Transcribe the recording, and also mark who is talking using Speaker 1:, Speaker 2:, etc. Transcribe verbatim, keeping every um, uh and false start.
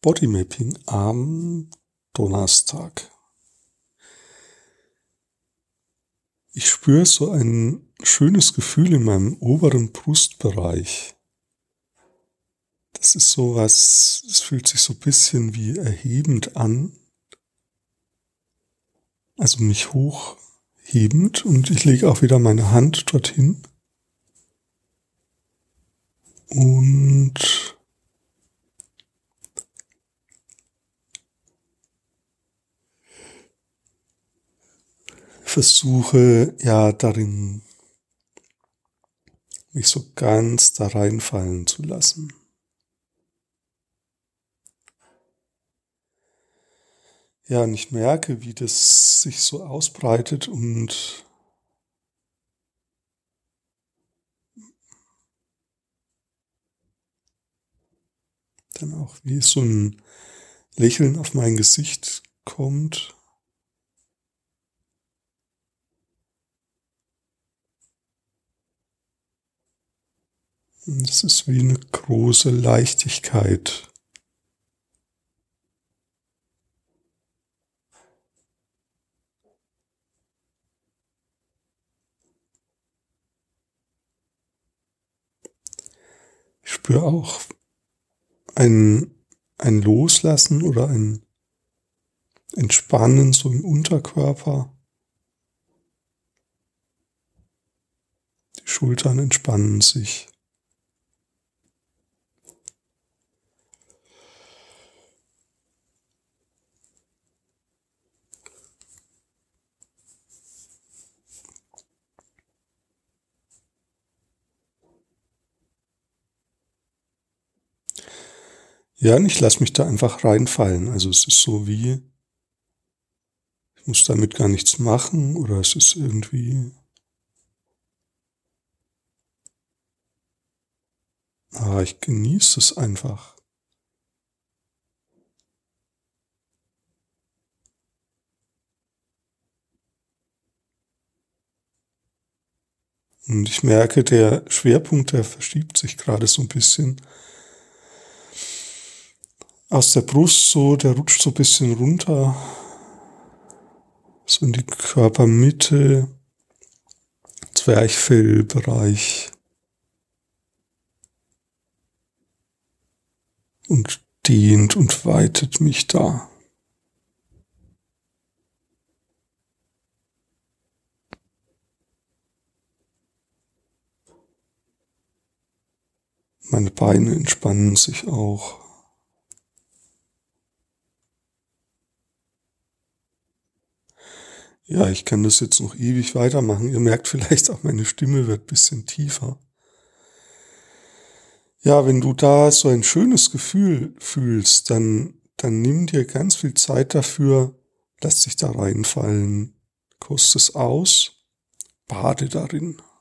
Speaker 1: Bodymapping am Donnerstag. Ich spüre so ein schönes Gefühl in meinem oberen Brustbereich. Das ist so was, es fühlt sich so ein bisschen wie erhebend an. Also mich hochhebend, und ich lege auch wieder meine Hand dorthin. Und versuche ja darin, mich so ganz da reinfallen zu lassen. Ja, und ich merke, wie das sich so ausbreitet und dann auch wie so ein Lächeln auf mein Gesicht kommt. Und es ist wie eine große Leichtigkeit. Ich spüre auch ein, ein Loslassen oder ein Entspannen so im Unterkörper. Die Schultern entspannen sich. Ja, und ich lasse mich da einfach reinfallen. Also es ist so wie, ich muss damit gar nichts machen, oder es ist irgendwie, ah, ich genieße es einfach. Und ich merke, der Schwerpunkt, der verschiebt sich gerade so ein bisschen aus der Brust, so, der rutscht so ein bisschen runter, so in die Körpermitte, Zwerchfellbereich, und dehnt und weitet mich da. Meine Beine entspannen sich auch. Ja, ich kann das jetzt noch ewig weitermachen. Ihr merkt vielleicht auch, meine Stimme wird ein bisschen tiefer. Ja, wenn du da so ein schönes Gefühl fühlst, dann, dann nimm dir ganz viel Zeit dafür, lass dich da reinfallen, koste es aus, bade darin.